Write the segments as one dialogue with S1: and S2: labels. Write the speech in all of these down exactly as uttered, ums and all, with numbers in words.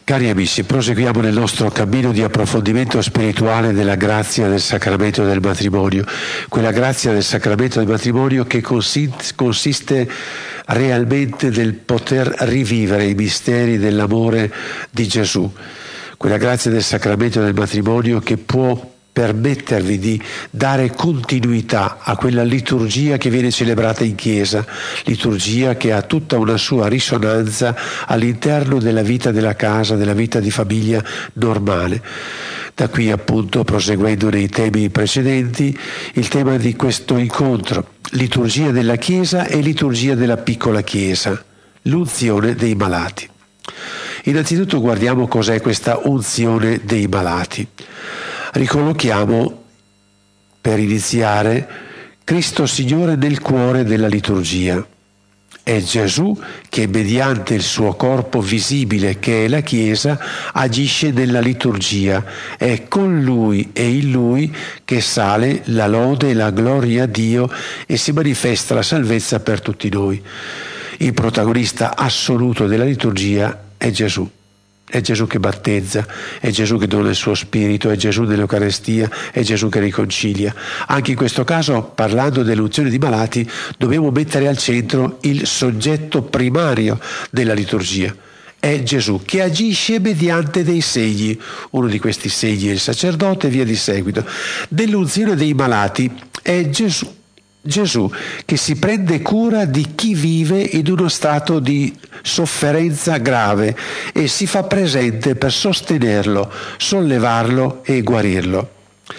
S1: Cari amici, proseguiamo nel nostro cammino di approfondimento spirituale della grazia del sacramento del matrimonio, quella grazia del sacramento del matrimonio che consiste realmente nel poter rivivere i misteri dell'amore di Gesù, quella grazia del sacramento del matrimonio che può permettervi di dare continuità a quella liturgia che viene celebrata in chiesa, liturgia che ha tutta una sua risonanza all'interno della vita della casa, della vita di famiglia normale. Da qui appunto, proseguendo nei temi precedenti, il tema di questo incontro, liturgia della chiesa e liturgia della piccola chiesa, l'unzione dei malati. Innanzitutto guardiamo cos'è questa unzione dei malati. Ricollochiamo, per iniziare, Cristo Signore nel cuore della liturgia. È Gesù che, mediante il suo corpo visibile, che è la Chiesa, agisce nella liturgia. È con Lui e in Lui che sale la lode e la gloria a Dio e si manifesta la salvezza per tutti noi. Il protagonista assoluto della liturgia è Gesù. È Gesù che battezza, è Gesù che dona il suo spirito, è Gesù nell'Eucarestia, è Gesù che riconcilia. Anche in questo caso, parlando dell'unzione di malati, dobbiamo mettere al centro il soggetto primario della liturgia. È Gesù che agisce mediante dei segni. Uno di questi segni è il sacerdote e via di seguito. Nell'unzione dei malati è Gesù. Gesù che si prende cura di chi vive in uno stato di sofferenza grave e si fa presente per sostenerlo, sollevarlo e guarirlo.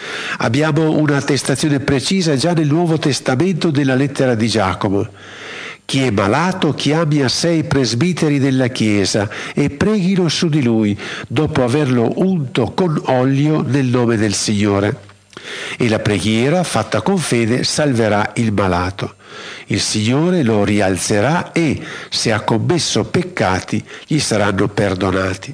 S1: Abbiamo un'attestazione precisa già nel Nuovo Testamento della lettera di Giacomo. Chi è malato chiami a sé i presbiteri della Chiesa e preghino su di lui, dopo averlo unto con olio nel nome del Signore. E la preghiera, fatta con fede, salverà il malato. Il Signore lo rialzerà e, se ha commesso peccati, gli saranno perdonati.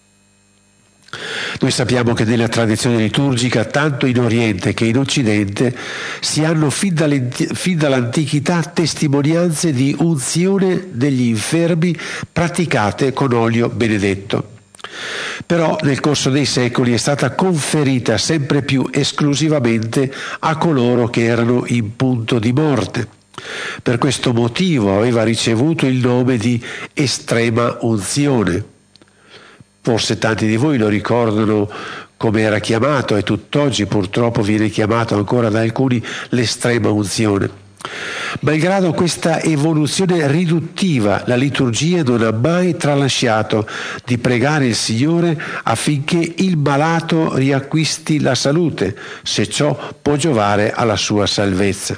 S1: Noi sappiamo che nella tradizione liturgica, tanto in Oriente che in Occidente, si hanno fin dall'antichità testimonianze di unzione degli infermi praticate con olio benedetto. Però nel corso dei secoli è stata conferita sempre più esclusivamente a coloro che erano in punto di morte. Per questo motivo aveva ricevuto il nome di estrema unzione. Forse tanti di voi lo ricordano come era chiamato e tutt'oggi purtroppo viene chiamato ancora da alcuni l'estrema unzione. Malgrado questa evoluzione riduttiva, la liturgia non ha mai tralasciato di pregare il Signore affinché il malato riacquisti la salute, se ciò può giovare alla sua salvezza.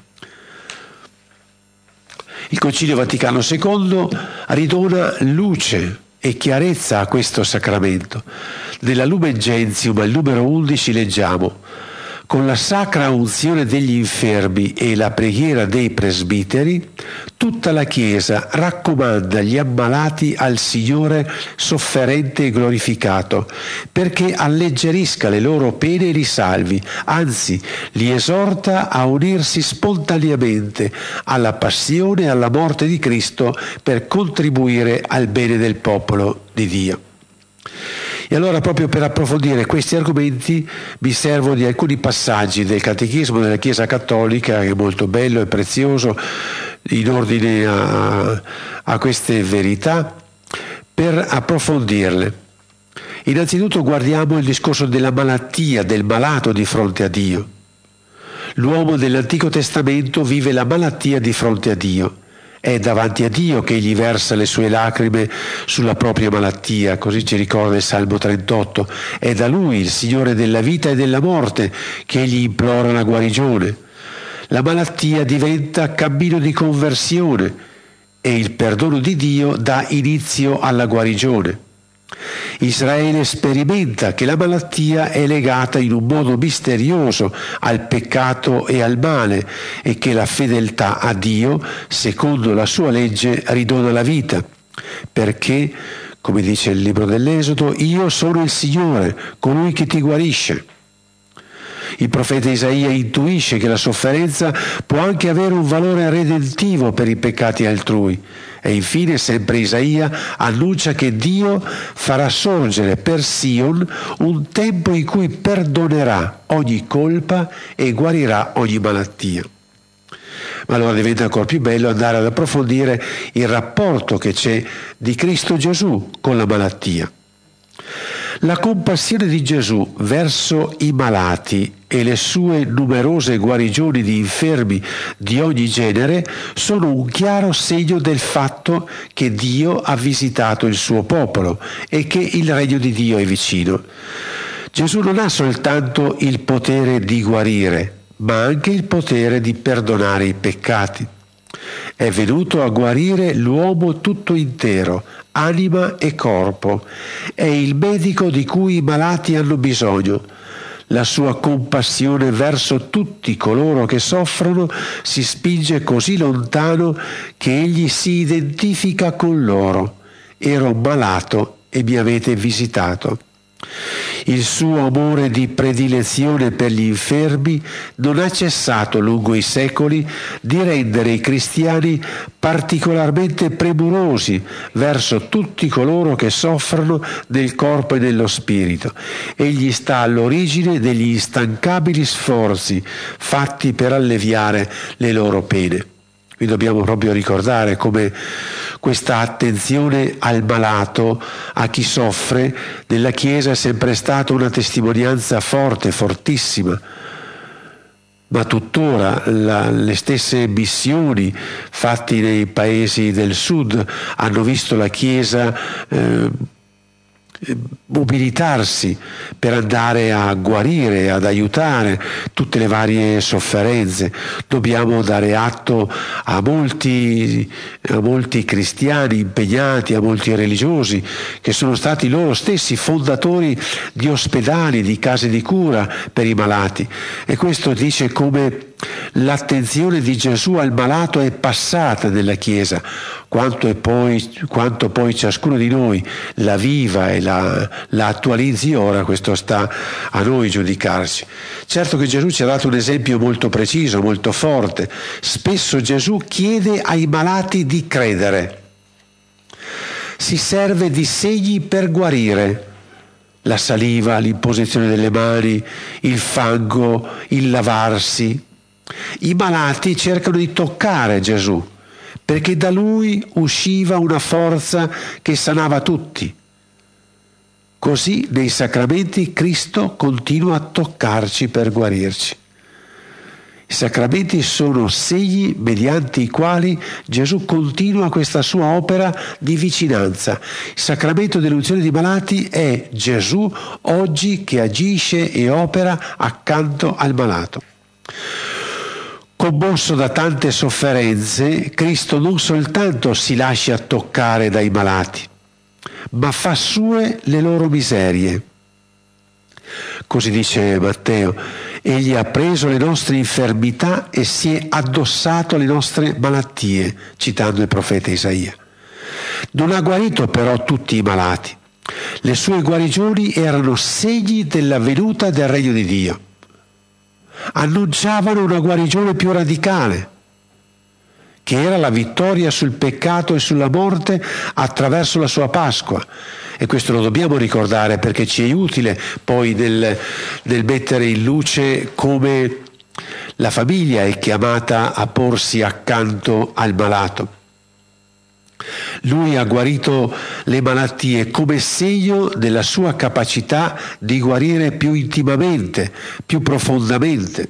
S1: Il Concilio Vaticano secondo ridona luce e chiarezza a questo sacramento. Nella Lumen Gentium, al numero undici, leggiamo: con la sacra unzione degli infermi e la preghiera dei presbiteri, tutta la Chiesa raccomanda gli ammalati al Signore sofferente e glorificato, perché alleggerisca le loro pene e li salvi, anzi li esorta a unirsi spontaneamente alla passione e alla morte di Cristo per contribuire al bene del popolo di Dio. E allora, proprio per approfondire questi argomenti, mi servo di alcuni passaggi del Catechismo della Chiesa Cattolica, che è molto bello e prezioso, in ordine a, a queste verità, per approfondirle. Innanzitutto guardiamo il discorso della malattia, del malato di fronte a Dio. L'uomo dell'Antico Testamento vive la malattia di fronte a Dio. È davanti a Dio che egli versa le sue lacrime sulla propria malattia, così ci ricorda il Salmo trentotto. È da Lui, il Signore della vita e della morte, che egli implora la guarigione. La malattia diventa cammino di conversione e il perdono di Dio dà inizio alla guarigione. Israele sperimenta che la malattia è legata in un modo misterioso al peccato e al male e che la fedeltà a Dio, secondo la sua legge, ridona la vita, perché, come dice il libro dell'Esodo, io sono il Signore, colui che ti guarisce. Il profeta Isaia intuisce che la sofferenza può anche avere un valore redentivo per i peccati altrui. E infine, sempre Isaia annuncia che Dio farà sorgere per Sion un tempo in cui perdonerà ogni colpa e guarirà ogni malattia. Ma allora diventa ancora più bello andare ad approfondire il rapporto che c'è di Cristo Gesù con la malattia. La compassione di Gesù verso i malati e le sue numerose guarigioni di infermi di ogni genere sono un chiaro segno del fatto che Dio ha visitato il suo popolo e che il regno di Dio è vicino. Gesù non ha soltanto il potere di guarire, ma anche il potere di perdonare i peccati. È venuto a guarire l'uomo tutto intero, anima e corpo. È il medico di cui i malati hanno bisogno. La sua compassione verso tutti coloro che soffrono si spinge così lontano che egli si identifica con loro. Ero malato e mi avete visitato. Il suo amore di predilezione per gli infermi non ha cessato lungo i secoli di rendere i cristiani particolarmente premurosi verso tutti coloro che soffrono nel corpo e nello spirito. Egli sta all'origine degli instancabili sforzi fatti per alleviare le loro pene. Qui dobbiamo proprio ricordare come questa attenzione al malato, a chi soffre, nella Chiesa è sempre stata una testimonianza forte, fortissima. Ma tuttora la, le stesse missioni fatte nei paesi del sud hanno visto la Chiesa eh, mobilitarsi per andare a guarire, ad aiutare tutte le varie sofferenze. Dobbiamo dare atto a molti, a molti cristiani impegnati, a molti religiosi che sono stati loro stessi fondatori di ospedali, di case di cura per i malati, e questo dice come l'attenzione di Gesù al malato è passata nella Chiesa, quanto, è poi, quanto poi ciascuno di noi la viva e la, la attualizzi ora, questo sta a noi giudicarci. Certo che Gesù ci ha dato un esempio molto preciso, molto forte. Spesso Gesù chiede ai malati di credere, si serve di segni per guarire. La saliva, l'imposizione delle mani, il fango, il lavarsi. I malati cercano di toccare Gesù, perché da lui usciva una forza che sanava tutti. Così nei sacramenti Cristo continua a toccarci per guarirci. I sacramenti sono segni mediante i quali Gesù continua questa sua opera di vicinanza. Il sacramento dell'unzione dei malati è Gesù oggi che agisce e opera accanto al malato. Commosso da tante sofferenze, Cristo non soltanto si lascia toccare dai malati, ma fa sue le loro miserie. Così dice Matteo: egli ha preso le nostre infermità e si è addossato alle nostre malattie, citando il profeta Isaia. Non ha guarito però tutti i malati. Le sue guarigioni erano segni della venuta del regno di Dio. Annunciavano una guarigione più radicale, che era la vittoria sul peccato e sulla morte attraverso la sua Pasqua. E questo lo dobbiamo ricordare, perché ci è utile poi nel, nel mettere in luce come la famiglia è chiamata a porsi accanto al malato. Lui ha guarito le malattie come segno della sua capacità di guarire più intimamente, più profondamente.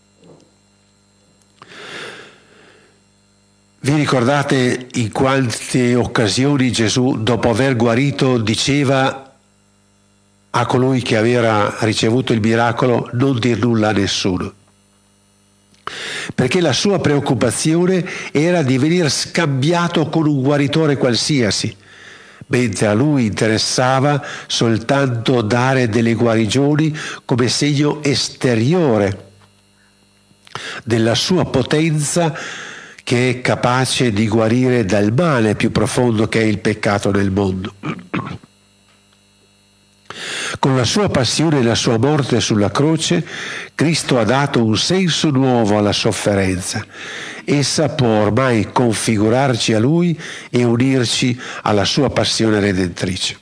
S1: Vi ricordate in quante occasioni Gesù, dopo aver guarito, diceva a colui che aveva ricevuto il miracolo: non dir nulla a nessuno? Perché la sua preoccupazione era di venire scambiato con un guaritore qualsiasi, mentre a lui interessava soltanto dare delle guarigioni come segno esteriore della sua potenza, che è capace di guarire dal male più profondo che è il peccato nel mondo. Con la sua passione e la sua morte sulla croce, Cristo ha dato un senso nuovo alla sofferenza. Essa può ormai configurarci a Lui e unirci alla sua passione redentrice.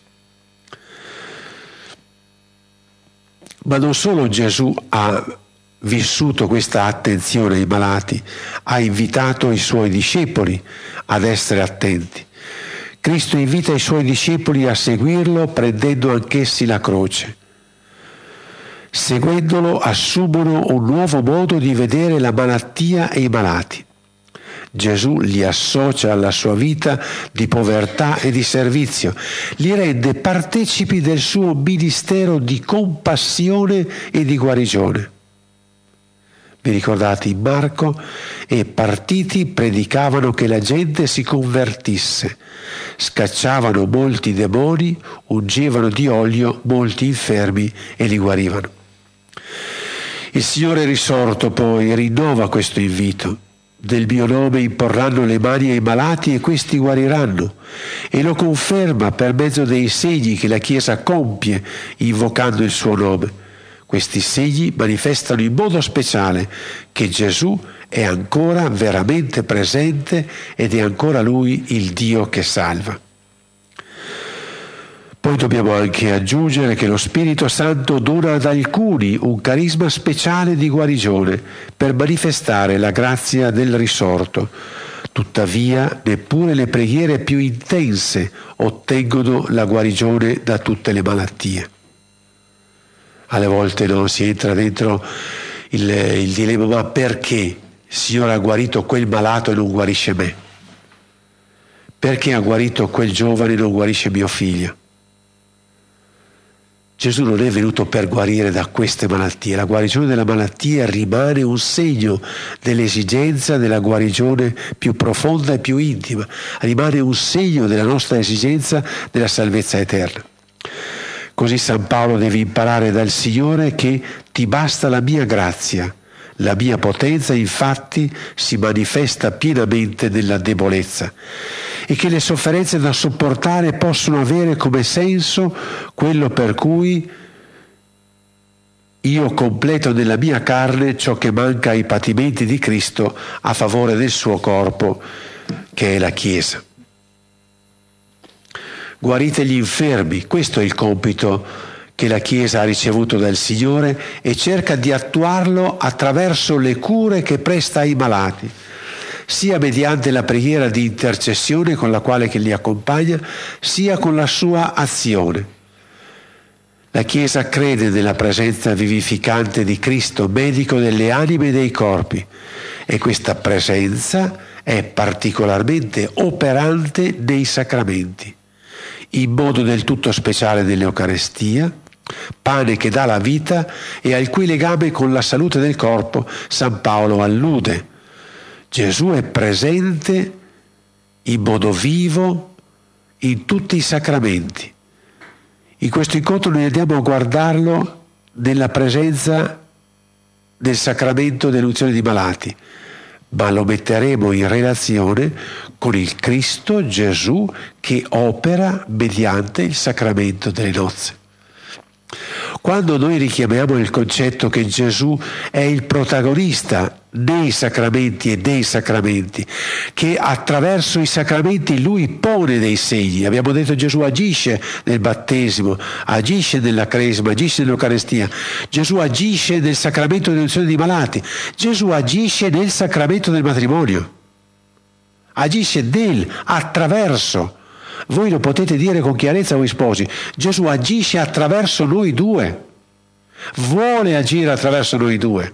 S1: Ma non solo Gesù ha vissuto questa attenzione ai malati, ha invitato i suoi discepoli ad essere attenti. Cristo invita i suoi discepoli a seguirlo prendendo anch'essi la croce. Seguendolo assumono un nuovo modo di vedere la malattia e i malati. Gesù li associa alla sua vita di povertà e di servizio, li rende partecipi del suo ministero di compassione e di guarigione. Vi ricordate in Marco? E partiti predicavano che la gente si convertisse, scacciavano molti demoni, ungevano di olio molti infermi e li guarivano. Il Signore risorto poi rinnova questo invito. Del mio nome imporranno le mani ai malati e questi guariranno, e lo conferma per mezzo dei segni che la Chiesa compie invocando il suo nome. Questi segni manifestano in modo speciale che Gesù è ancora veramente presente ed è ancora Lui il Dio che salva. Poi dobbiamo anche aggiungere che lo Spirito Santo dona ad alcuni un carisma speciale di guarigione per manifestare la grazia del risorto. Tuttavia, neppure le preghiere più intense ottengono la guarigione da tutte le malattie. Alle volte no, si entra dentro il, il dilemma: ma perché il Signore ha guarito quel malato e non guarisce me? Perché ha guarito quel giovane e non guarisce mio figlio? Gesù non è venuto per guarire da queste malattie. La guarigione della malattia rimane un segno dell'esigenza della guarigione più profonda e più intima, rimane un segno della nostra esigenza della salvezza eterna. Così San Paolo deve imparare dal Signore che ti basta la mia grazia. La mia potenza infatti si manifesta pienamente nella debolezza, e che le sofferenze da sopportare possono avere come senso quello per cui io completo nella mia carne ciò che manca ai patimenti di Cristo a favore del suo corpo, che è la Chiesa. Guarite gli infermi, questo è il compito che la Chiesa ha ricevuto dal Signore e cerca di attuarlo attraverso le cure che presta ai malati, sia mediante la preghiera di intercessione con la quale che li accompagna, sia con la sua azione. La Chiesa crede nella presenza vivificante di Cristo, medico delle anime e dei corpi, e questa presenza è particolarmente operante nei sacramenti, in modo del tutto speciale nell'Eucarestia, pane che dà la vita e al cui legame con la salute del corpo San Paolo allude. Gesù è presente in modo vivo in tutti i sacramenti. In questo incontro noi andiamo a guardarlo nella presenza del sacramento dell'unzione di malati, ma lo metteremo in relazione con il Cristo Gesù che opera mediante il sacramento delle nozze. Quando noi richiamiamo il concetto che Gesù è il protagonista nei sacramenti e dei sacramenti, che attraverso i sacramenti Lui pone dei segni, abbiamo detto Gesù agisce nel battesimo, agisce nella cresima, agisce nell'Eucarestia, Gesù agisce nel sacramento dell'unzione di malati, Gesù agisce nel sacramento del matrimonio, agisce nel, attraverso. Voi lo potete dire con chiarezza voi sposi, Gesù agisce attraverso noi due, vuole agire attraverso noi due.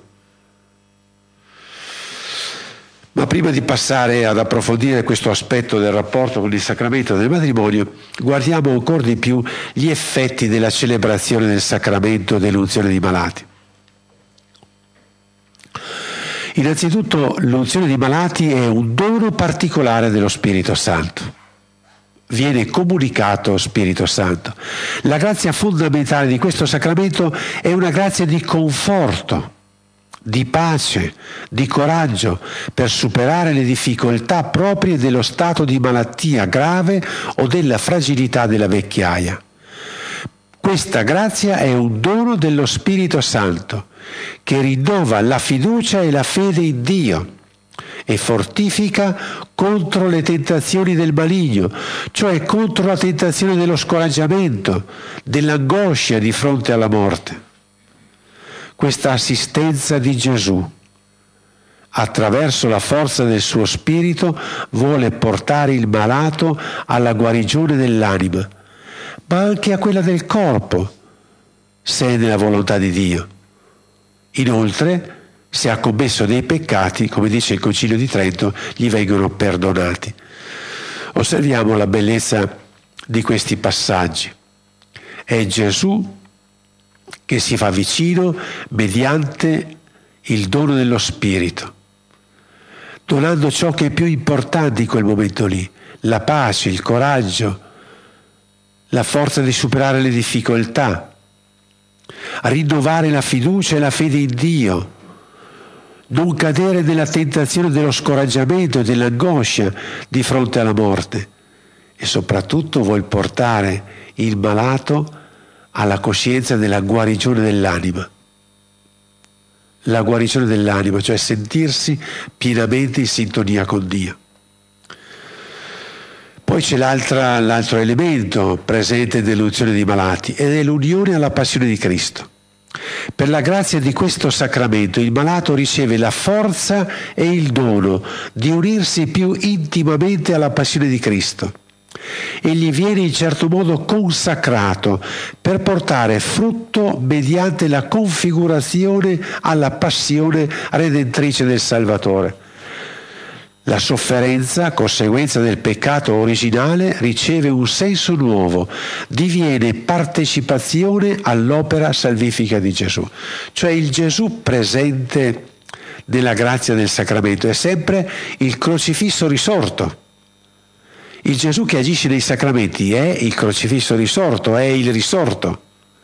S1: Ma prima di passare ad approfondire questo aspetto del rapporto con il sacramento del matrimonio, guardiamo ancora di più gli effetti della celebrazione del sacramento dell'unzione di malati. Innanzitutto, l'unzione di malati è un dono particolare dello Spirito Santo. Viene comunicato Spirito Santo. La grazia fondamentale di questo sacramento è una grazia di conforto, di pace, di coraggio per superare le difficoltà proprie dello stato di malattia grave o della fragilità della vecchiaia. Questa grazia è un dono dello Spirito Santo che rinnova la fiducia e la fede in Dio e fortifica contro le tentazioni del maligno, cioè contro la tentazione dello scoraggiamento, dell'angoscia di fronte alla morte. Questa assistenza di Gesù, attraverso la forza del suo Spirito, vuole portare il malato alla guarigione dell'anima, ma anche a quella del corpo, se è nella volontà di Dio. Inoltre, se ha commesso dei peccati, come dice il Concilio di Trento, gli vengono perdonati. Osserviamo la bellezza di questi passaggi. È Gesù che si fa vicino mediante il dono dello Spirito, donando ciò che è più importante in quel momento lì, la pace, il coraggio, la forza di superare le difficoltà, a rinnovare la fiducia e la fede in Dio, non cadere nella tentazione dello scoraggiamento e dell'angoscia di fronte alla morte, e soprattutto vuol portare il malato alla coscienza della guarigione dell'anima. La guarigione dell'anima, cioè sentirsi pienamente in sintonia con Dio. Poi c'è l'altra, l'altro elemento presente nell'unzione dei malati ed è l'unione alla passione di Cristo. Per la grazia di questo sacramento il malato riceve la forza e il dono di unirsi più intimamente alla passione di Cristo. Egli viene in certo modo consacrato per portare frutto mediante la configurazione alla passione redentrice del Salvatore. La sofferenza, conseguenza del peccato originale, riceve un senso nuovo, diviene partecipazione all'opera salvifica di Gesù. Cioè il Gesù presente nella grazia del sacramento è sempre il crocifisso risorto. Il Gesù che agisce nei sacramenti è il crocifisso risorto, è il risorto.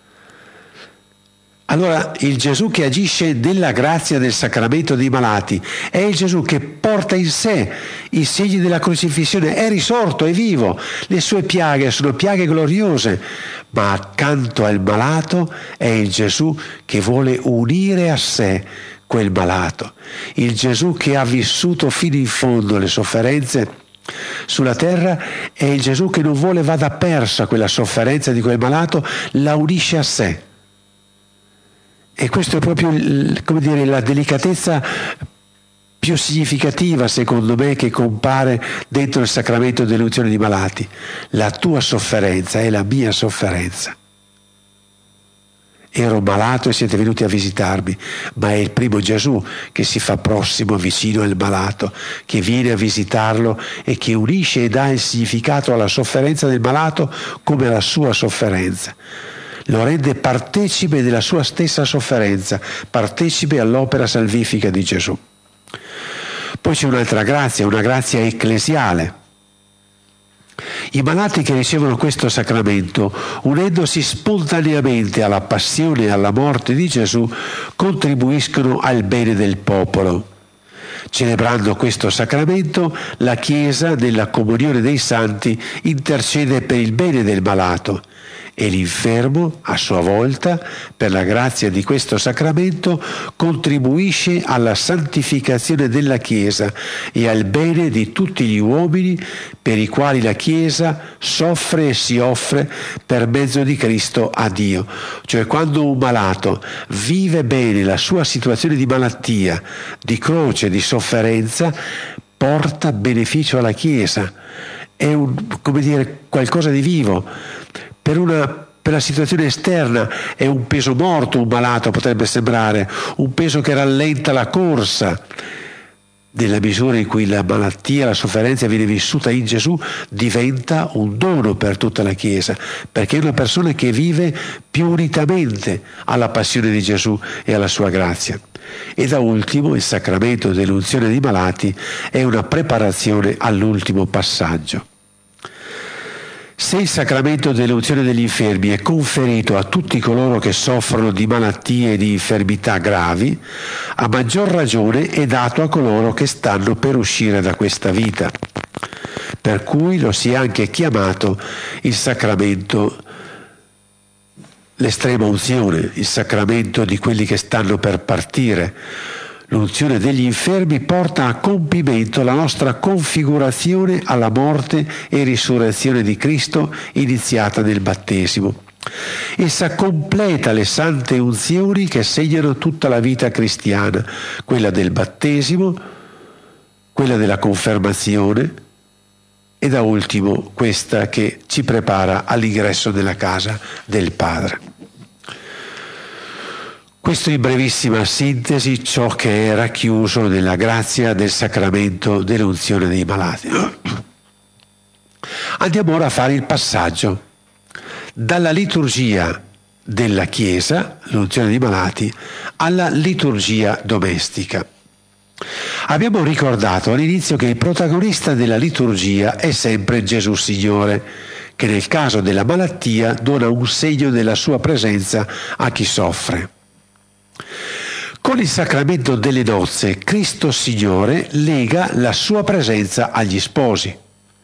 S1: Allora il Gesù che agisce nella grazia del sacramento dei malati è il Gesù che porta in sé i segni della crocifissione, è risorto, è vivo, le sue piaghe sono piaghe gloriose, ma accanto al malato è il Gesù che vuole unire a sé quel malato, il Gesù che ha vissuto fino in fondo le sofferenze sulla terra è il Gesù che non vuole vada persa quella sofferenza di quel malato, la unisce a sé. E questo è proprio, come dire, la delicatezza più significativa, secondo me, che compare dentro il sacramento dell'unzione di malati. La tua sofferenza è la mia sofferenza. Ero malato e siete venuti a visitarmi, ma è il primo Gesù che si fa prossimo, vicino al malato, che viene a visitarlo e che unisce e dà il significato alla sofferenza del malato come alla sua sofferenza. Lo rende partecipe della sua stessa sofferenza, partecipe all'opera salvifica di Gesù. Poi c'è un'altra grazia, una grazia ecclesiale. I malati che ricevono questo sacramento, unendosi spontaneamente alla passione e alla morte di Gesù, contribuiscono al bene del popolo. Celebrando questo sacramento, la Chiesa, nella comunione dei santi, intercede per il bene del malato e l'infermo, a sua volta, per la grazia di questo sacramento, contribuisce alla santificazione della Chiesa e al bene di tutti gli uomini per i quali la Chiesa soffre e si offre per mezzo di Cristo a Dio. Cioè quando un malato vive bene la sua situazione di malattia, di croce, di sofferenza, porta beneficio alla Chiesa. È un, come dire, qualcosa di vivo. Per, una, per la situazione esterna è un peso morto, un malato potrebbe sembrare, un peso che rallenta la corsa. Nella misura in cui la malattia, la sofferenza viene vissuta in Gesù, diventa un dono per tutta la Chiesa, perché è una persona che vive più unitamente alla passione di Gesù e alla sua grazia. E da ultimo il sacramento dell'unzione dei malati è una preparazione all'ultimo passaggio. Se il sacramento dell'unzione degli infermi è conferito a tutti coloro che soffrono di malattie e di infermità gravi, a maggior ragione è dato a coloro che stanno per uscire da questa vita, per cui lo si è anche chiamato il sacramento l'estrema unzione, il sacramento di quelli che stanno per partire. L'unzione degli infermi porta a compimento la nostra configurazione alla morte e risurrezione di Cristo iniziata nel battesimo. Essa completa le sante unzioni che segnano tutta la vita cristiana, quella del battesimo, quella della confermazione e da ultimo questa che ci prepara all'ingresso nella casa del Padre. Questo in brevissima sintesi ciò che è racchiuso nella grazia del sacramento dell'unzione dei malati. Andiamo ora a fare il passaggio dalla liturgia della Chiesa, l'unzione dei malati, alla liturgia domestica. Abbiamo ricordato all'inizio che il protagonista della liturgia è sempre Gesù Signore, che nel caso della malattia dona un segno della sua presenza a chi soffre. Con il sacramento delle nozze, Cristo Signore lega la sua presenza agli sposi.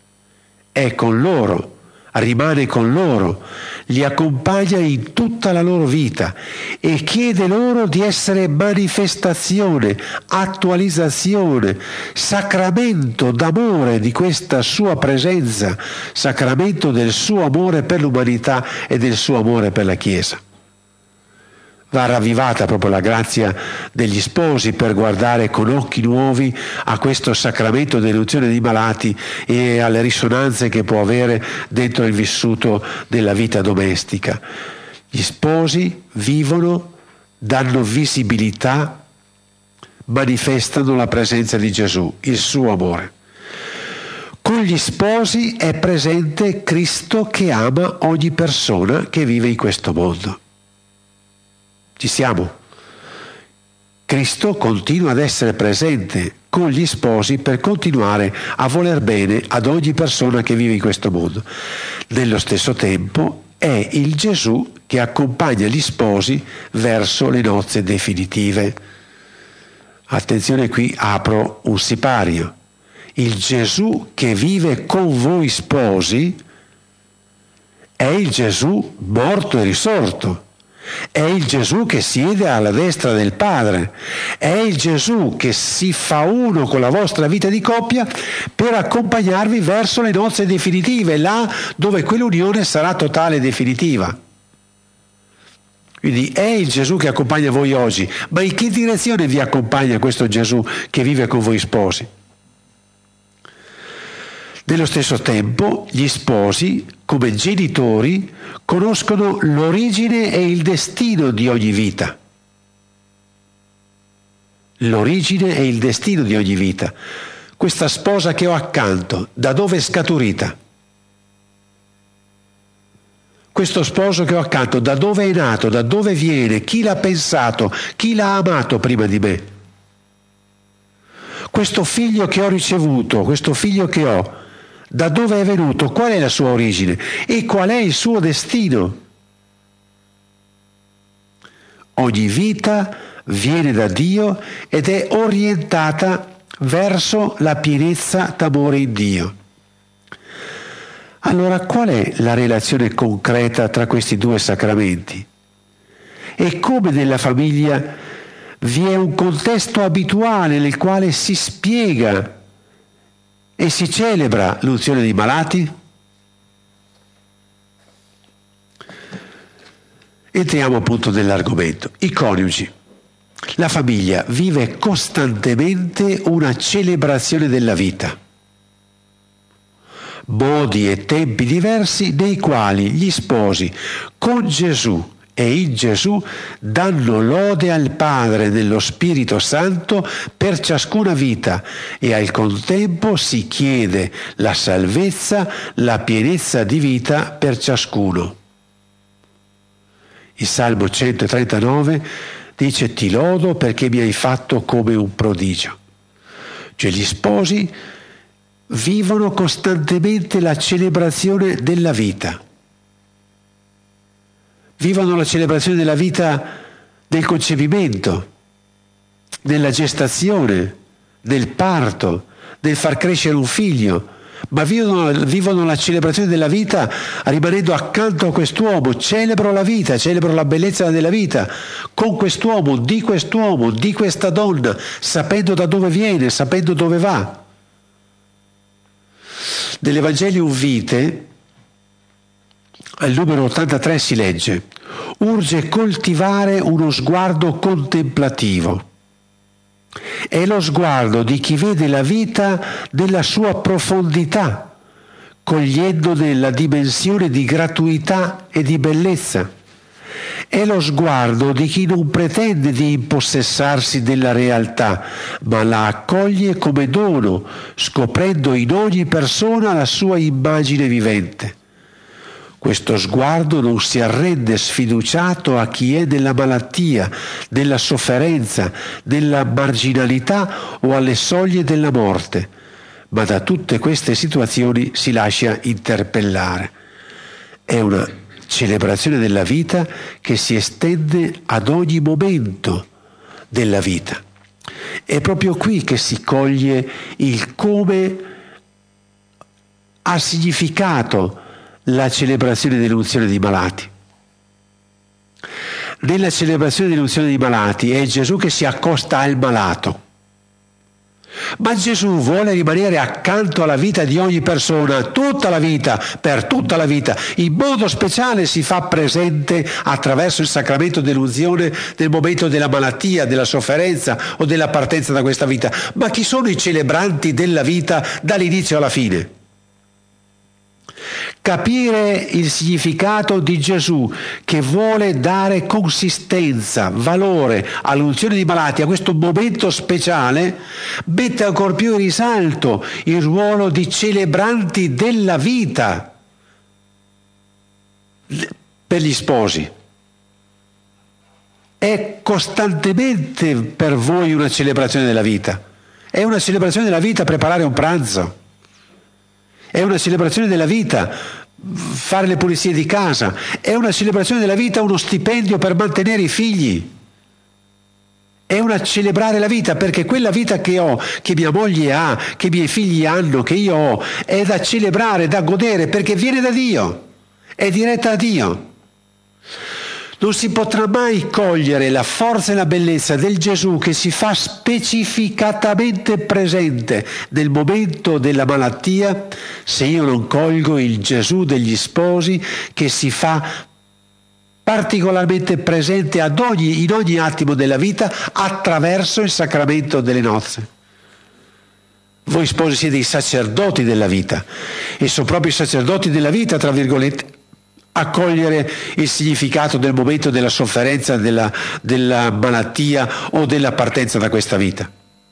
S1: È con loro, rimane con loro, li accompagna in tutta la loro vita e chiede loro di essere manifestazione, attualizzazione, sacramento d'amore di questa sua presenza, sacramento del suo amore per l'umanità e del suo amore per la Chiesa. Va ravvivata proprio la grazia degli sposi per guardare con occhi nuovi a questo sacramento dell'unzione dei malati e alle risonanze che può avere dentro il vissuto della vita domestica. Gli sposi vivono, danno visibilità, manifestano la presenza di Gesù, il suo amore. Con gli sposi è presente Cristo che ama ogni persona che vive in questo mondo. Ci siamo. Cristo continua ad essere presente con gli sposi per continuare a voler bene ad ogni persona che vive in questo mondo. Nello stesso tempo è il Gesù che accompagna gli sposi verso le nozze definitive. Attenzione, qui apro un sipario. Il Gesù che vive con voi sposi è il Gesù morto e risorto. È il Gesù che siede alla destra del Padre, è il Gesù che si fa uno con la vostra vita di coppia per accompagnarvi verso le nozze definitive, là dove quell'unione sarà totale e definitiva. Quindi è il Gesù che accompagna voi oggi, ma in che direzione vi accompagna questo Gesù che vive con voi sposi? Nello stesso tempo, gli sposi, come genitori, conoscono l'origine e il destino di ogni vita. L'origine e il destino di ogni vita. Questa sposa che ho accanto, da dove è scaturita? Questo sposo che ho accanto, da dove è nato, da dove viene, chi l'ha pensato, chi l'ha amato prima di me? Questo figlio che ho ricevuto, questo figlio che ho, da dove è venuto, qual è la sua origine e qual è il suo destino? Ogni vita viene da Dio ed è orientata verso la pienezza d'amore in Dio. Allora, qual è la relazione concreta tra questi due sacramenti? E come nella famiglia vi è un contesto abituale nel quale si spiega e si celebra l'unzione dei malati? Entriamo appunto nell'argomento. I coniugi. La famiglia vive costantemente una celebrazione della vita. Modi e tempi diversi nei quali gli sposi con Gesù e in Gesù danno lode al Padre nello Spirito Santo per ciascuna vita e al contempo si chiede la salvezza, la pienezza di vita per ciascuno. Il Salmo centotrentanove dice: ti lodo perché mi hai fatto come un prodigio. Cioè gli sposi vivono costantemente la celebrazione della vita. Vivono la celebrazione della vita del concepimento, della gestazione, del parto, del far crescere un figlio, ma vivono, vivono la celebrazione della vita rimanendo accanto a quest'uomo. Celebro la vita, celebro la bellezza della vita con quest'uomo, di quest'uomo, di questa donna, sapendo da dove viene, sapendo dove va. Nell'Evangelium Vitae, al numero ottantatré si legge: urge coltivare uno sguardo contemplativo. È lo sguardo di chi vede la vita nella sua profondità, cogliendone la dimensione di gratuità e di bellezza. È lo sguardo di chi non pretende di impossessarsi della realtà, ma la accoglie come dono, scoprendo in ogni persona la sua immagine vivente. Questo sguardo non si arrende sfiduciato a chi è nella malattia, nella sofferenza, nella marginalità o alle soglie della morte, ma da tutte queste situazioni si lascia interpellare. È una celebrazione della vita che si estende ad ogni momento della vita. È proprio qui che si coglie il come ha significato la celebrazione dell'unzione dei malati. Nella celebrazione dell'unzione dei malati è Gesù che si accosta al malato, ma Gesù vuole rimanere accanto alla vita di ogni persona, tutta la vita, per tutta la vita. In modo speciale si fa presente attraverso il sacramento dell'unzione nel momento della malattia, della sofferenza o della partenza da questa vita. Ma chi sono i celebranti della vita dall'inizio alla fine? Capire il significato di Gesù che vuole dare consistenza, valore all'unzione dei malati, a questo momento speciale, mette ancor più in risalto il ruolo di celebranti della vita per gli sposi. È costantemente per voi una celebrazione della vita. È una celebrazione della vita preparare un pranzo. È una celebrazione della vita fare le pulizie di casa. È una celebrazione della vita uno stipendio per mantenere i figli. È una celebrare la vita, perché quella vita che ho, che mia moglie ha, che i miei figli hanno, che io ho, è da celebrare, da godere, perché viene da Dio, è diretta a Dio. Non si potrà mai cogliere la forza e la bellezza del Gesù che si fa specificatamente presente nel momento della malattia se io non colgo il Gesù degli sposi che si fa particolarmente presente ad ogni, in ogni attimo della vita attraverso il sacramento delle nozze. Voi sposi siete i sacerdoti della vita e sono proprio i sacerdoti della vita, tra virgolette, a cogliere il significato del momento della sofferenza, della, della malattia o della partenza da questa vita.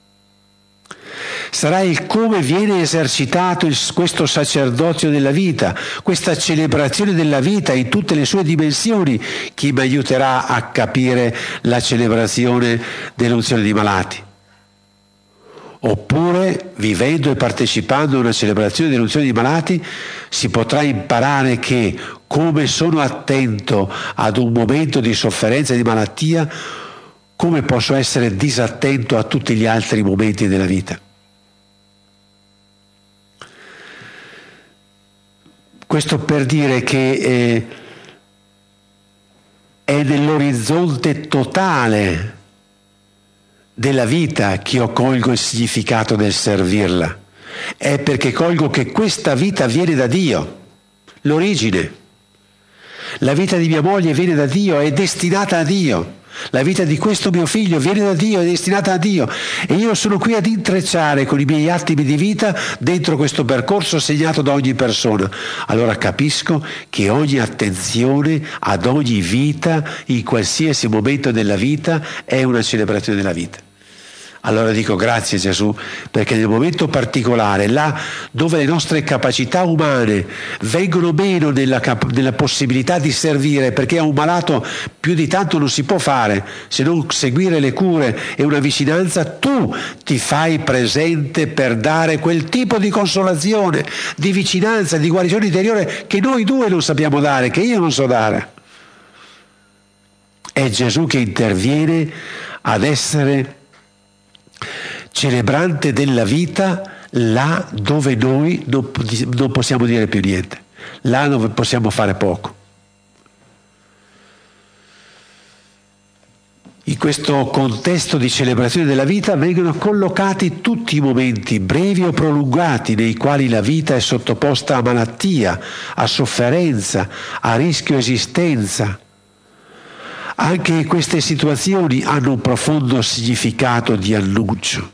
S1: Sarà il come viene esercitato il, questo sacerdozio della vita, questa celebrazione della vita in tutte le sue dimensioni, che mi aiuterà a capire la celebrazione dell'unzione dei malati. Oppure, vivendo e partecipando a una celebrazione dell'unzione dei malati, si potrà imparare che, come sono attento ad un momento di sofferenza e di malattia, come posso essere disattento a tutti gli altri momenti della vita. Questo per dire che eh, è nell'orizzonte totale della vita che io colgo il significato del servirla. È perché colgo che questa vita viene da Dio, l'origine. La vita di mia moglie viene da Dio, è destinata a Dio. La vita di questo mio figlio viene da Dio, è destinata a Dio. E io sono qui ad intrecciare con i miei attimi di vita dentro questo percorso segnato da ogni persona. Allora capisco che ogni attenzione ad ogni vita, in qualsiasi momento della vita, è una celebrazione della vita. Allora dico grazie Gesù, perché nel momento particolare, là dove le nostre capacità umane vengono meno nella, cap- nella possibilità di servire, perché a un malato più di tanto non si può fare se non seguire le cure e una vicinanza, tu ti fai presente per dare quel tipo di consolazione, di vicinanza, di guarigione interiore che noi due non sappiamo dare, che io non so dare. È Gesù che interviene ad essere celebrante della vita, là dove noi non, non possiamo dire più niente, là dove possiamo fare poco. In questo contesto di celebrazione della vita vengono collocati tutti i momenti brevi o prolungati nei quali la vita è sottoposta a malattia, a sofferenza, a rischio esistenza. Anche queste situazioni hanno un profondo significato di annuncio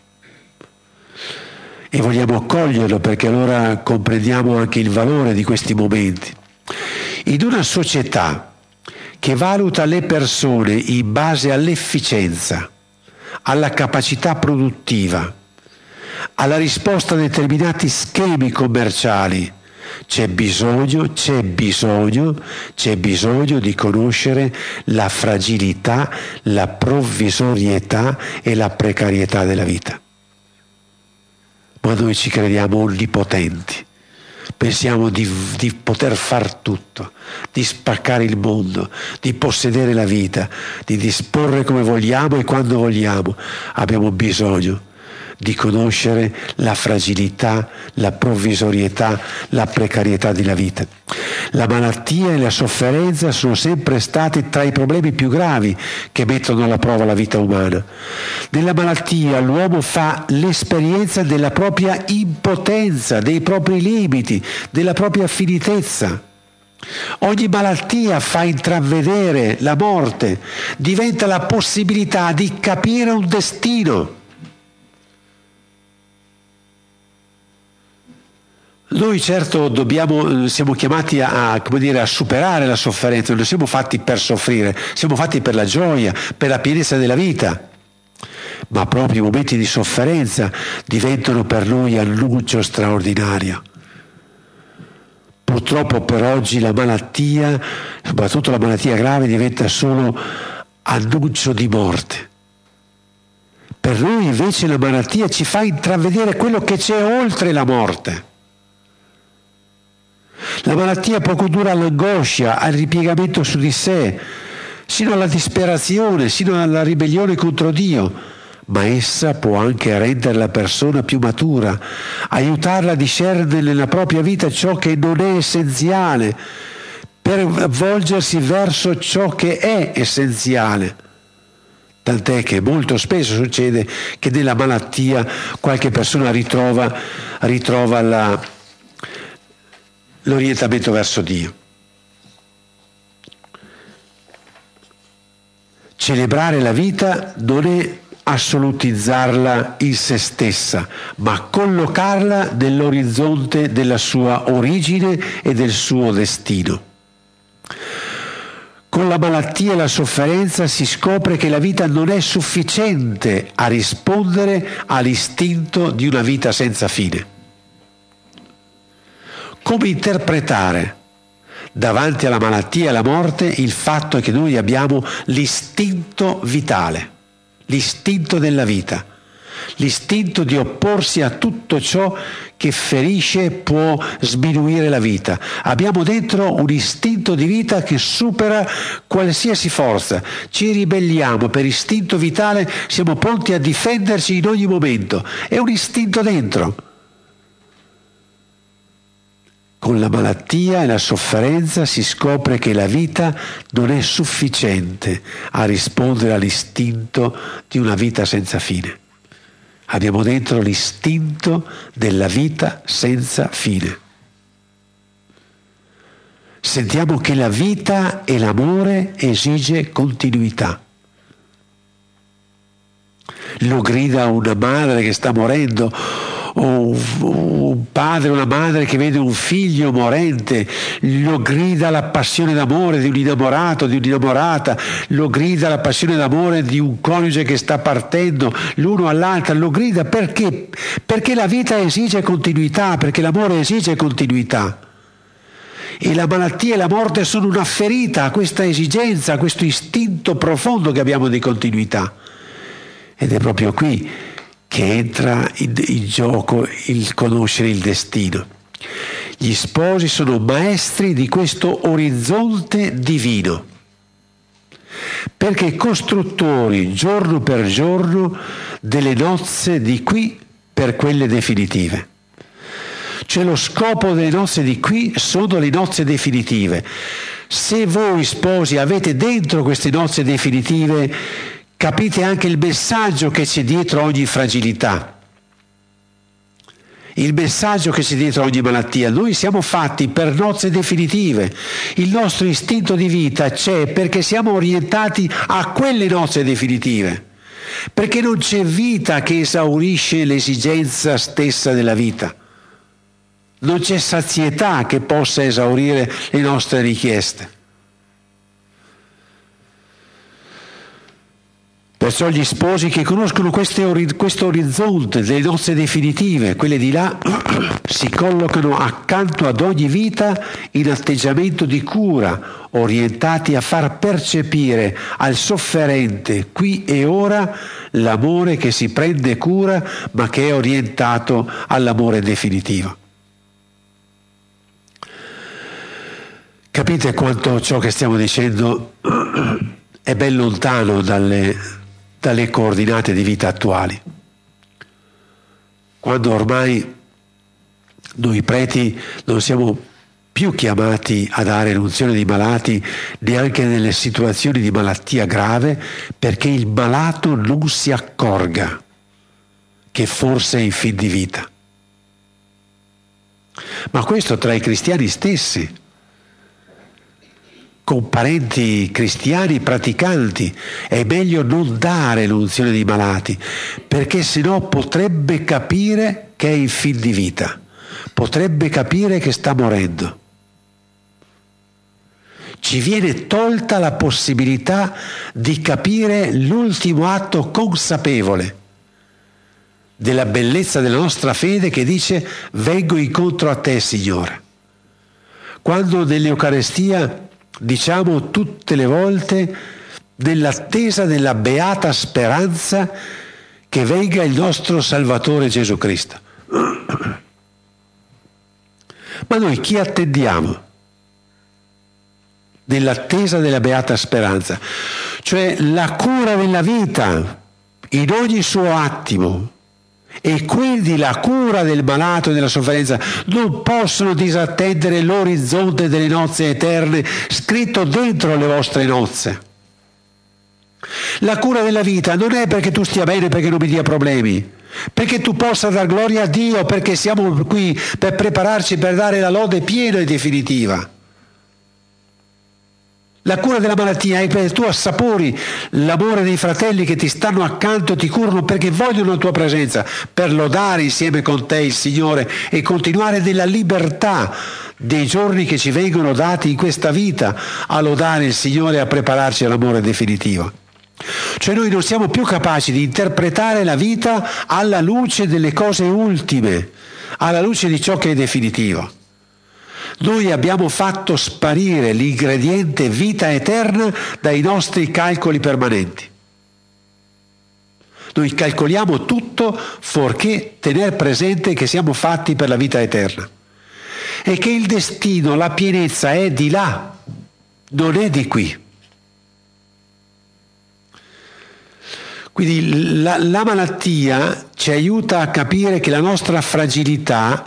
S1: e vogliamo coglierlo, perché allora comprendiamo anche il valore di questi momenti. In una società che valuta le persone in base all'efficienza, alla capacità produttiva, alla risposta a determinati schemi commerciali, c'è bisogno, c'è bisogno, c'è bisogno di conoscere la fragilità, la provvisorietà e la precarietà della vita. Ma noi ci crediamo onnipotenti. Pensiamo di, di poter far tutto, di spaccare il mondo, di possedere la vita, di disporre come vogliamo e quando vogliamo. Abbiamo bisogno di conoscere la fragilità, la provvisorietà, la precarietà della vita. La malattia e la sofferenza sono sempre stati tra i problemi più gravi che mettono alla prova la vita umana. Nella malattia l'uomo fa l'esperienza della propria impotenza, dei propri limiti, della propria finitezza. Ogni malattia fa intravedere la morte, diventa la possibilità di capire un destino. Noi certo dobbiamo, siamo chiamati a, come dire, a superare la sofferenza, non siamo fatti per soffrire, siamo fatti per la gioia, per la pienezza della vita. Ma proprio i momenti di sofferenza diventano per noi annuncio straordinario. Purtroppo per oggi la malattia, soprattutto la malattia grave, diventa solo annuncio di morte. Per noi invece la malattia ci fa intravedere quello che c'è oltre la morte. La malattia può condurre all'angoscia, al ripiegamento su di sé, sino alla disperazione, sino alla ribellione contro Dio, ma essa può anche rendere la persona più matura, aiutarla a discernere nella propria vita ciò che non è essenziale, per volgersi verso ciò che è essenziale. Tant'è che molto spesso succede che nella malattia qualche persona ritrova, ritrova la l'orientamento verso Dio. Celebrare la vita non è assolutizzarla in se stessa, ma collocarla nell'orizzonte della sua origine e del suo destino. Con la malattia e la sofferenza si scopre che la vita non è sufficiente a rispondere all'istinto di una vita senza fine. Come interpretare davanti alla malattia e alla morte il fatto che noi abbiamo l'istinto vitale, l'istinto della vita, l'istinto di opporsi a tutto ciò che ferisce e può sminuire la vita. Abbiamo dentro un istinto di vita che supera qualsiasi forza. Ci ribelliamo per istinto vitale, siamo pronti a difenderci in ogni momento. È un istinto dentro. Con la malattia e la sofferenza si scopre che la vita non è sufficiente a rispondere all'istinto di una vita senza fine. Abbiamo dentro l'istinto della vita senza fine. Sentiamo che la vita e l'amore esige continuità. Lo grida una madre che sta morendo, o un padre o una madre che vede un figlio morente, lo grida la passione d'amore di un innamorato, di un'innamorata, lo grida la passione d'amore di un coniuge che sta partendo l'uno all'altra, lo grida perché? Perché la vita esige continuità, perché l'amore esige continuità. E la malattia e la morte sono una ferita a questa esigenza, a questo istinto profondo che abbiamo di continuità. Ed è proprio qui che entra in, in gioco il conoscere il destino. Gli sposi sono maestri di questo orizzonte divino, perché costruttori giorno per giorno delle nozze di qui per quelle definitive. Cioè lo scopo delle nozze di qui sono le nozze definitive. Se voi sposi avete dentro queste nozze definitive, capite anche il messaggio che c'è dietro ogni fragilità, il messaggio che c'è dietro ogni malattia. Noi siamo fatti per nozze definitive, il nostro istinto di vita c'è perché siamo orientati a quelle nozze definitive, perché non c'è vita che esaurisce l'esigenza stessa della vita, non c'è sazietà che possa esaurire le nostre richieste. Perciò gli sposi che conoscono queste, questo orizzonte delle nozze definitive, quelle di là, si collocano accanto ad ogni vita in atteggiamento di cura, orientati a far percepire al sofferente qui e ora l'amore che si prende cura, ma che è orientato all'amore definitivo. Capite quanto ciò che stiamo dicendo è ben lontano dalle dalle coordinate di vita attuali. Quando ormai noi preti non siamo più chiamati a dare l'unzione di malati neanche nelle situazioni di malattia grave, perché il malato non si accorga che forse è in fin di vita. Ma questo tra i cristiani stessi, con parenti cristiani praticanti, è meglio non dare l'unzione dei malati, perché sennò potrebbe capire che è in fin di vita, potrebbe capire che sta morendo. Ci viene tolta la possibilità di capire l'ultimo atto consapevole della bellezza della nostra fede, che dice: vengo incontro a te, Signore. Quando nell'Eucarestia diciamo tutte le volte, nell'attesa della beata speranza che venga il nostro Salvatore Gesù Cristo. Ma noi chi attendiamo? Nell'attesa della beata speranza, cioè la cura della vita in ogni suo attimo, e quindi la cura del malato e della sofferenza non possono disattendere l'orizzonte delle nozze eterne scritto dentro le vostre nozze. La cura della vita non è perché tu stia bene, perché non mi dia problemi, perché tu possa dar gloria a Dio, perché siamo qui per prepararci per dare la lode piena e definitiva. La cura della malattia è perché tu assapori l'amore dei fratelli che ti stanno accanto, ti curano perché vogliono la tua presenza, per lodare insieme con te il Signore e continuare nella libertà dei giorni che ci vengono dati in questa vita a lodare il Signore e a prepararci all'amore definitivo. Cioè noi non siamo più capaci di interpretare la vita alla luce delle cose ultime, alla luce di ciò che è definitivo. Noi abbiamo fatto sparire l'ingrediente vita eterna dai nostri calcoli permanenti. Noi calcoliamo tutto fuorché tener presente che siamo fatti per la vita eterna e che il destino, la pienezza è di là, non è di qui. Quindi la, la malattia ci aiuta a capire che la nostra fragilità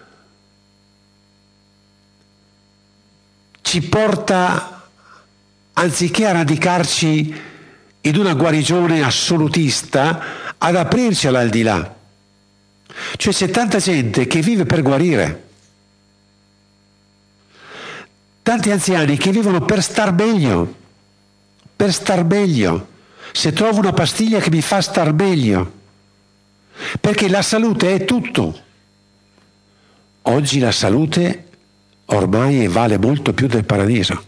S1: ci porta, anziché a radicarci in una guarigione assolutista, ad aprirci all'aldilà. Cioè c'è tanta gente che vive per guarire, tanti anziani che vivono per star meglio, per star meglio. Se trovo una pastiglia che mi fa star meglio, perché la salute è tutto. Oggi la salute ormai vale molto più del paradiso,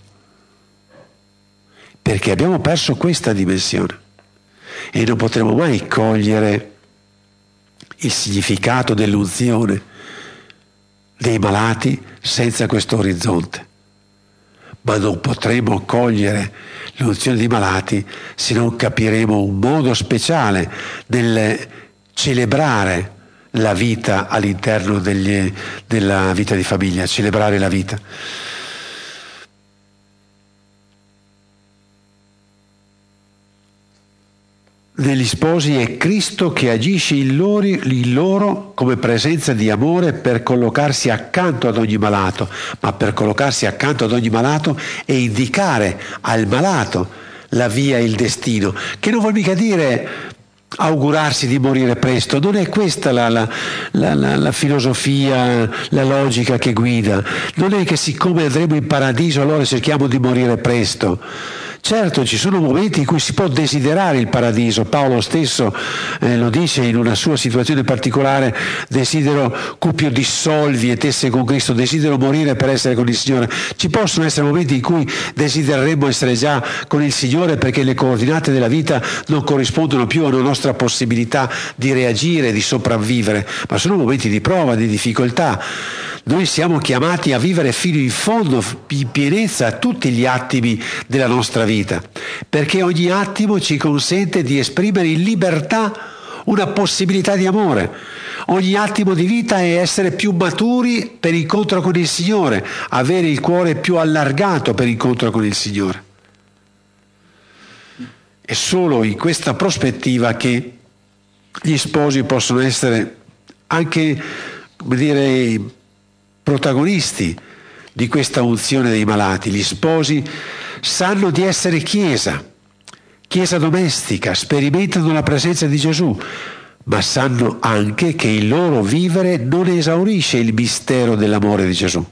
S1: perché abbiamo perso questa dimensione e non potremo mai cogliere il significato dell'unzione dei malati senza questo orizzonte. Ma non potremo cogliere l'unzione dei malati se non capiremo un modo speciale del celebrare la vita all'interno degli, della vita di famiglia, celebrare la vita. negli sposi è Cristo che agisce in loro, in loro come presenza di amore per collocarsi accanto ad ogni malato, ma per collocarsi accanto ad ogni malato e indicare al malato la via e il destino, che non vuol mica dire augurarsi di morire presto, non è questa la, la, la, la, la filosofia, la logica che guida, non è che siccome andremo in paradiso allora cerchiamo di morire presto. Certo, ci sono momenti in cui si può desiderare il paradiso. Paolo stesso eh, lo dice in una sua situazione particolare: desidero cupio dissolvi et esse con Cristo, desidero morire per essere con il Signore. Ci possono essere momenti in cui desidereremmo essere già con il Signore perché le coordinate della vita non corrispondono più alla nostra possibilità di reagire, di sopravvivere, ma sono momenti di prova, di difficoltà. Noi siamo chiamati a vivere fino in fondo, in pienezza, tutti gli attimi della nostra vita, perché ogni attimo ci consente di esprimere in libertà una possibilità di amore. Ogni attimo di vita è essere più maturi per incontro con il Signore, avere il cuore più allargato per incontro con il Signore. È solo in questa prospettiva che gli sposi possono essere anche, come dire, protagonisti di questa unzione dei malati. Gli sposi sanno di essere chiesa, chiesa domestica, sperimentano la presenza di Gesù, ma sanno anche che il loro vivere non esaurisce il mistero dell'amore di Gesù.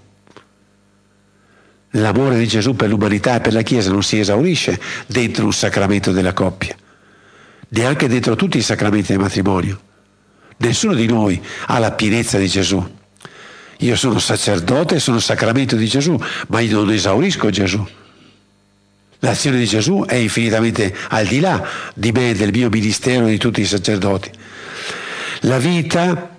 S1: L'amore di Gesù per l'umanità e per la Chiesa non si esaurisce dentro un sacramento della coppia, neanche dentro tutti i sacramenti del matrimonio. Nessuno di noi ha la pienezza di Gesù. Io sono sacerdote, sono sacramento di Gesù, ma io non esaurisco Gesù. L'azione di Gesù è infinitamente al di là di me, del mio ministero e di tutti i sacerdoti. La vita,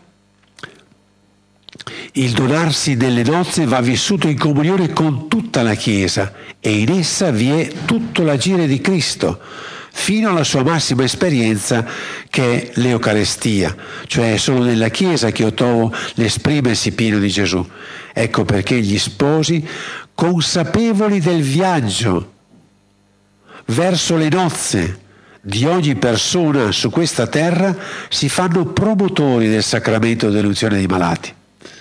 S1: il donarsi nelle nozze va vissuto in comunione con tutta la Chiesa e in essa vi è tutto l'agire di Cristo, fino alla sua massima esperienza che è l'Eucarestia, cioè è solo nella Chiesa che io trovo l'esprimersi pieno di Gesù. Ecco perché gli sposi, consapevoli del viaggio verso le nozze di ogni persona su questa terra, si fanno promotori del sacramento dell'unzione dei malati,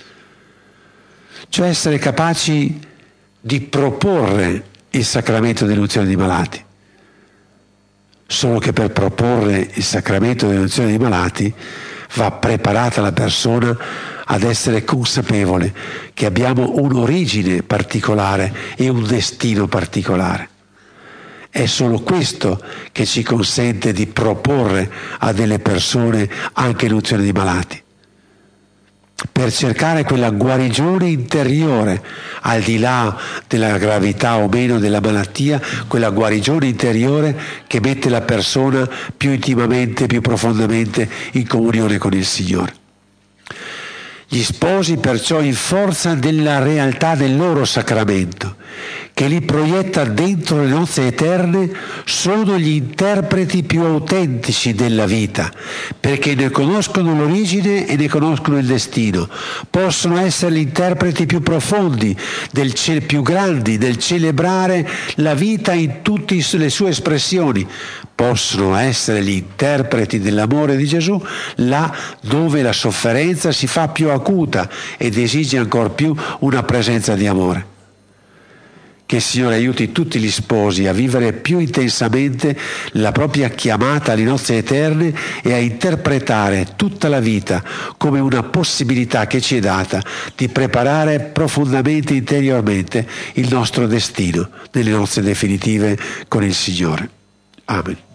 S1: cioè essere capaci di proporre il sacramento dell'unzione dei malati. Solo che per proporre il sacramento dell'unzione dei malati va preparata la persona ad essere consapevole che abbiamo un'origine particolare e un destino particolare. È solo questo che ci consente di proporre a delle persone anche l'unzione dei malati, per cercare quella guarigione interiore, al di là della gravità o meno della malattia, quella guarigione interiore che mette la persona più intimamente, più profondamente in comunione con il Signore. Gli sposi perciò, in forza della realtà del loro sacramento, che li proietta dentro le nozze eterne, sono gli interpreti più autentici della vita, perché ne conoscono l'origine e ne conoscono il destino. Possono essere gli interpreti più profondi, del ce- più grandi, del celebrare la vita in tutte le sue espressioni. Possono essere gli interpreti dell'amore di Gesù là dove la sofferenza si fa più acuta ed esige ancor più una presenza di amore. Che il Signore aiuti tutti gli sposi a vivere più intensamente la propria chiamata alle nozze eterne e a interpretare tutta la vita come una possibilità che ci è data di preparare profondamente, interiormente il nostro destino nelle nozze definitive con il Signore. Amen.